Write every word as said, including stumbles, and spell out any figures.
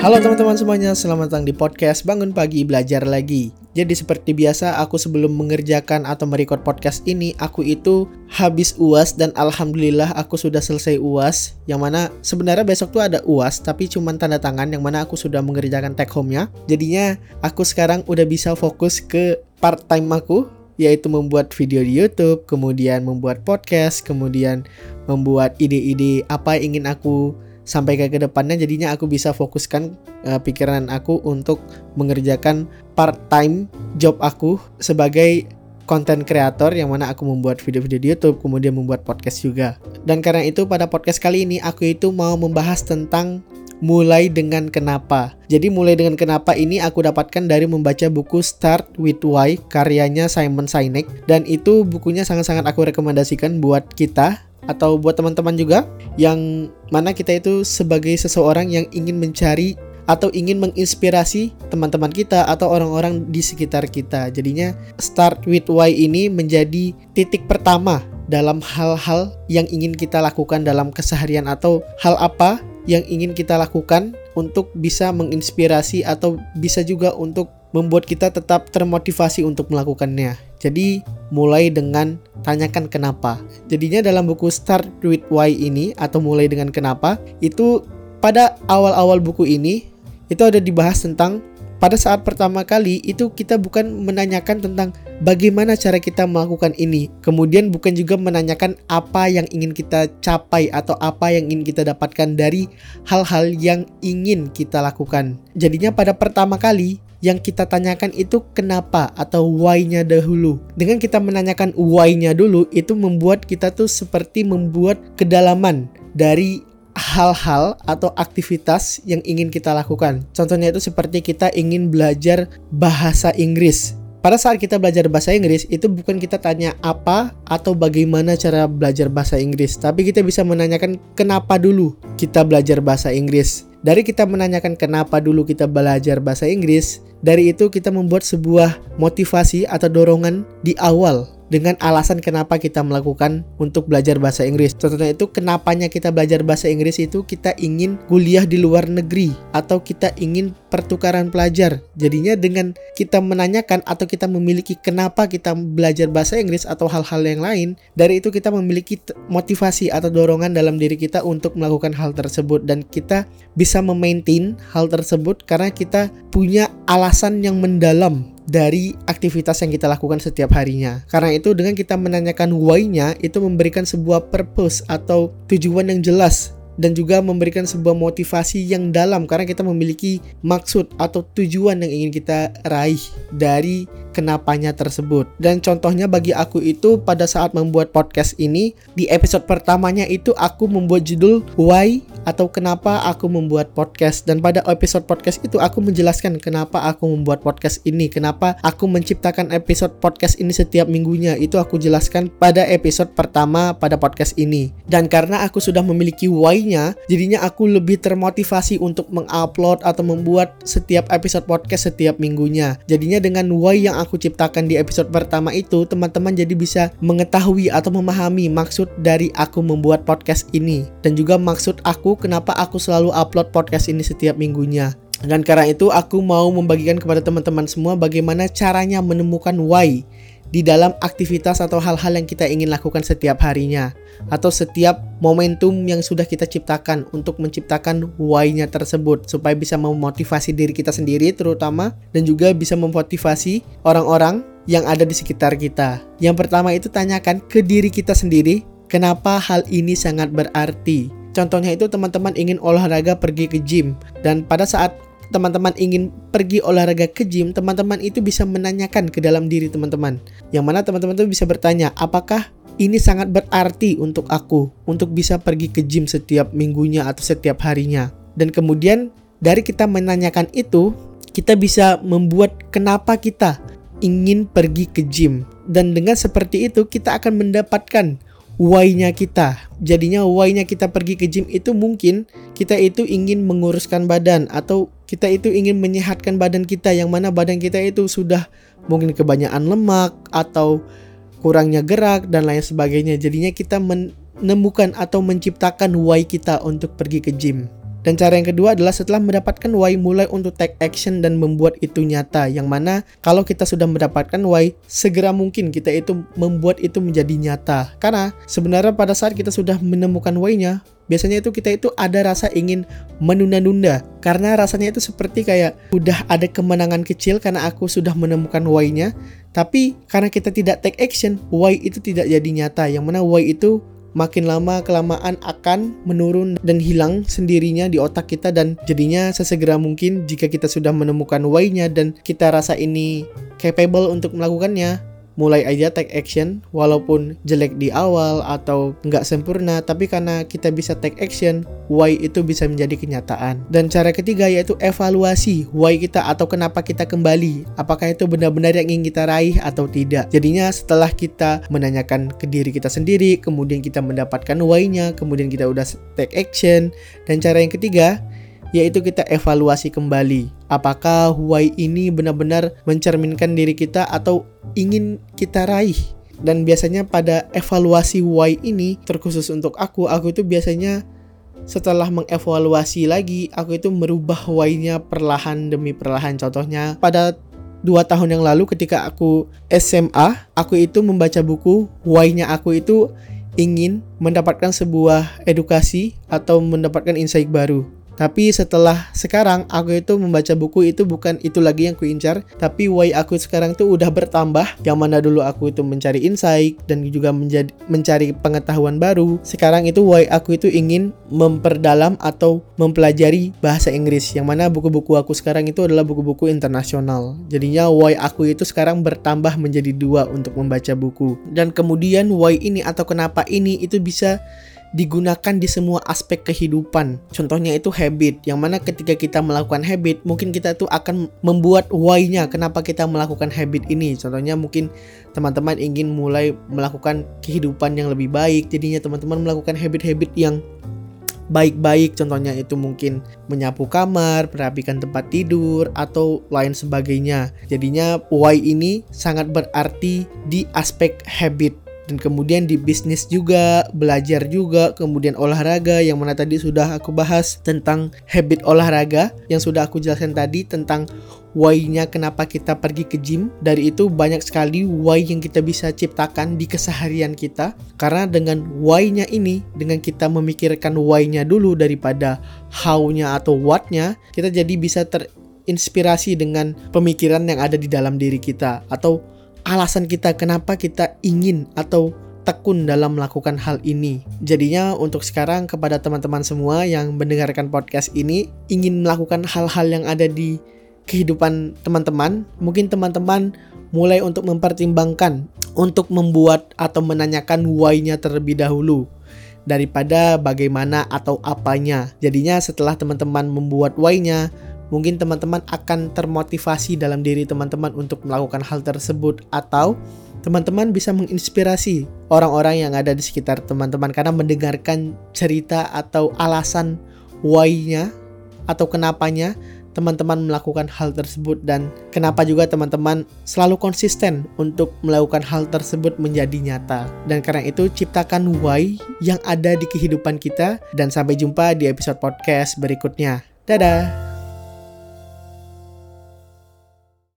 Halo teman-teman semuanya, selamat datang di podcast Bangun Pagi Belajar Lagi. Jadi seperti biasa, aku sebelum mengerjakan atau merecord podcast ini, aku itu habis U A S dan alhamdulillah aku sudah selesai U A S. Yang mana sebenarnya besok tuh ada U A S, tapi cuma tanda tangan, yang mana aku sudah mengerjakan take home-nya. Jadinya aku sekarang udah bisa fokus ke part time aku, yaitu membuat video di YouTube, kemudian membuat podcast, kemudian membuat ide-ide apa yang ingin aku sampai ke depannya. Jadinya aku bisa fokuskan uh, pikiran aku untuk mengerjakan part-time job aku sebagai content creator, yang mana aku membuat video-video di YouTube, kemudian membuat podcast juga. Dan karena itu pada podcast kali ini aku itu mau membahas tentang mulai dengan kenapa. Jadi mulai dengan kenapa ini aku dapatkan dari membaca buku Start with Why karyanya Simon Sinek, dan itu bukunya sangat-sangat aku rekomendasikan buat kita atau buat teman-teman juga, yang mana kita itu sebagai seseorang yang ingin mencari atau ingin menginspirasi teman-teman kita atau orang-orang di sekitar kita. Jadinya Start with Why ini menjadi titik pertama dalam hal-hal yang ingin kita lakukan dalam keseharian, atau hal apa yang ingin kita lakukan untuk bisa menginspirasi atau bisa juga untuk membuat kita tetap termotivasi untuk melakukannya. Jadi mulai dengan tanyakan kenapa. Jadinya dalam buku Start with Why ini, atau mulai dengan kenapa, itu pada awal-awal buku ini itu ada dibahas tentang pada saat pertama kali itu kita bukan menanyakan tentang bagaimana cara kita melakukan ini. Kemudian bukan juga menanyakan apa yang ingin kita capai atau apa yang ingin kita dapatkan dari hal-hal yang ingin kita lakukan. Jadinya pada pertama kali yang kita tanyakan itu kenapa atau why-nya dahulu. Dengan kita menanyakan why-nya dulu, itu membuat kita tuh seperti membuat kedalaman dari hal-hal atau aktivitas yang ingin kita lakukan. Contohnya itu seperti kita ingin belajar bahasa Inggris. Pada saat kita belajar bahasa Inggris, itu bukan kita tanya apa atau bagaimana cara belajar bahasa Inggris, tapi kita bisa menanyakan kenapa dulu kita belajar bahasa Inggris. Dari kita menanyakan kenapa dulu kita belajar bahasa Inggris, dari itu kita membuat sebuah motivasi atau dorongan di awal dengan alasan kenapa kita melakukan untuk belajar bahasa Inggris. Contohnya itu kenapanya kita belajar bahasa Inggris itu kita ingin kuliah di luar negeri atau kita ingin pertukaran pelajar. Jadinya dengan kita menanyakan atau kita memiliki kenapa kita belajar bahasa Inggris atau hal-hal yang lain, dari itu kita memiliki motivasi atau dorongan dalam diri kita untuk melakukan hal tersebut, dan kita bisa memaintain hal tersebut karena kita punya alasan yang mendalam dari aktivitas yang kita lakukan setiap harinya. Karena itu dengan kita menanyakan why-nya, itu memberikan sebuah purpose atau tujuan yang jelas, dan juga memberikan sebuah motivasi yang dalam karena kita memiliki maksud atau tujuan yang ingin kita raih dari kenapanya tersebut. Dan contohnya bagi aku itu pada saat membuat podcast ini, di episode pertamanya itu aku membuat judul Why atau kenapa aku membuat podcast, dan pada episode podcast itu aku menjelaskan kenapa aku membuat podcast ini, kenapa aku menciptakan episode podcast ini setiap minggunya. Itu aku jelaskan pada episode pertama pada podcast ini. Dan karena aku sudah memiliki why-nya, jadinya aku lebih termotivasi untuk mengupload atau membuat setiap episode podcast setiap minggunya. Jadinya dengan why yang aku ciptakan di episode pertama itu, teman-teman jadi bisa mengetahui atau memahami maksud dari aku membuat podcast ini, dan juga maksud aku kenapa aku selalu upload podcast ini setiap minggunya. Dan karena itu aku mau membagikan kepada teman-teman semua bagaimana caranya menemukan why di dalam aktivitas atau hal-hal yang kita ingin lakukan setiap harinya, atau setiap momentum yang sudah kita ciptakan untuk menciptakan why-nya tersebut, supaya bisa memotivasi diri kita sendiri terutama, dan juga bisa memotivasi orang-orang yang ada di sekitar kita. Yang pertama itu tanyakan ke diri kita sendiri, kenapa hal ini sangat berarti. Contohnya itu teman-teman ingin olahraga pergi ke gym, dan pada saat teman-teman ingin pergi olahraga ke gym, teman-teman itu bisa menanyakan ke dalam diri teman-teman, yang mana teman-teman itu bisa bertanya, apakah ini sangat berarti untuk aku untuk bisa pergi ke gym setiap minggunya atau setiap harinya. Dan kemudian dari kita menanyakan itu, kita bisa membuat kenapa kita ingin pergi ke gym, dan dengan seperti itu kita akan mendapatkan why-nya kita. Jadinya why-nya kita pergi ke gym itu mungkin kita itu ingin menguruskan badan, atau kita itu ingin menyehatkan badan kita, yang mana badan kita itu sudah mungkin kebanyakan lemak atau kurangnya gerak dan lain sebagainya. Jadinya kita menemukan atau menciptakan why kita untuk pergi ke gym. Dan cara yang kedua adalah setelah mendapatkan why, mulai untuk take action dan membuat itu nyata. Yang mana kalau kita sudah mendapatkan why, segera mungkin kita itu membuat itu menjadi nyata. Karena sebenarnya pada saat kita sudah menemukan why-nya, biasanya itu kita itu ada rasa ingin menunda-nunda. Karena rasanya itu seperti kayak udah ada kemenangan kecil karena aku sudah menemukan why-nya. Tapi karena kita tidak take action, why itu tidak jadi nyata. Yang mana why itu makin lama kelamaan akan menurun dan hilang sendirinya di otak kita. Dan jadinya sesegera mungkin jika kita sudah menemukan why-nya dan kita rasa ini capable untuk melakukannya, mulai aja take action, walaupun jelek di awal atau nggak sempurna, tapi karena kita bisa take action, why itu bisa menjadi kenyataan. Dan cara ketiga yaitu evaluasi why kita atau kenapa kita kembali, apakah itu benar-benar yang ingin kita raih atau tidak. Jadinya setelah kita menanyakan ke diri kita sendiri, kemudian kita mendapatkan why-nya, kemudian kita udah take action. Dan cara yang ketiga yaitu kita evaluasi kembali, apakah why ini benar-benar mencerminkan diri kita atau ingin kita raih. Dan biasanya pada evaluasi why ini, terkhusus untuk aku, aku itu biasanya setelah mengevaluasi lagi, aku itu merubah why-nya perlahan demi perlahan. Contohnya pada dua tahun yang lalu ketika aku S M A, aku itu membaca buku, why-nya aku itu ingin mendapatkan sebuah edukasi atau mendapatkan insight baru. Tapi setelah sekarang aku itu membaca buku itu bukan itu lagi yang kuincar, tapi why aku sekarang tuh udah bertambah. Yang mana dulu aku itu mencari insight dan juga menjadi, mencari pengetahuan baru. Sekarang itu why aku itu ingin memperdalam atau mempelajari bahasa Inggris. Yang mana buku-buku aku sekarang itu adalah buku-buku internasional. Jadinya why aku itu sekarang bertambah menjadi dua untuk membaca buku. Dan kemudian why ini atau kenapa ini itu bisa digunakan di semua aspek kehidupan. Contohnya itu habit, yang mana ketika kita melakukan habit, mungkin kita tuh akan membuat why-nya kenapa kita melakukan habit ini. Contohnya mungkin teman-teman ingin mulai melakukan kehidupan yang lebih baik, jadinya teman-teman melakukan habit-habit yang baik-baik. Contohnya itu mungkin menyapu kamar, merapikan tempat tidur, atau lain sebagainya. Jadinya why ini sangat berarti di aspek habit. Dan kemudian di bisnis juga, belajar juga, kemudian olahraga yang mana tadi sudah aku bahas tentang habit olahraga yang sudah aku jelaskan tadi tentang why-nya kenapa kita pergi ke gym. Dari itu banyak sekali why yang kita bisa ciptakan di keseharian kita. Karena dengan why-nya ini, dengan kita memikirkan why-nya dulu daripada how-nya atau what-nya, kita jadi bisa terinspirasi dengan pemikiran yang ada di dalam diri kita atau alasan kita kenapa kita ingin atau tekun dalam melakukan hal ini. Jadinya untuk sekarang kepada teman-teman semua yang mendengarkan podcast ini, ingin melakukan hal-hal yang ada di kehidupan teman-teman, mungkin teman-teman mulai untuk mempertimbangkan untuk membuat atau menanyakan why-nya terlebih dahulu daripada bagaimana atau apanya. Jadinya setelah teman-teman membuat why-nya, mungkin teman-teman akan termotivasi dalam diri teman-teman untuk melakukan hal tersebut, atau teman-teman bisa menginspirasi orang-orang yang ada di sekitar teman-teman karena mendengarkan cerita atau alasan why-nya atau kenapanya teman-teman melakukan hal tersebut, dan kenapa juga teman-teman selalu konsisten untuk melakukan hal tersebut menjadi nyata. Dan karena itu ciptakan why yang ada di kehidupan kita, dan sampai jumpa di episode podcast berikutnya. Dadah!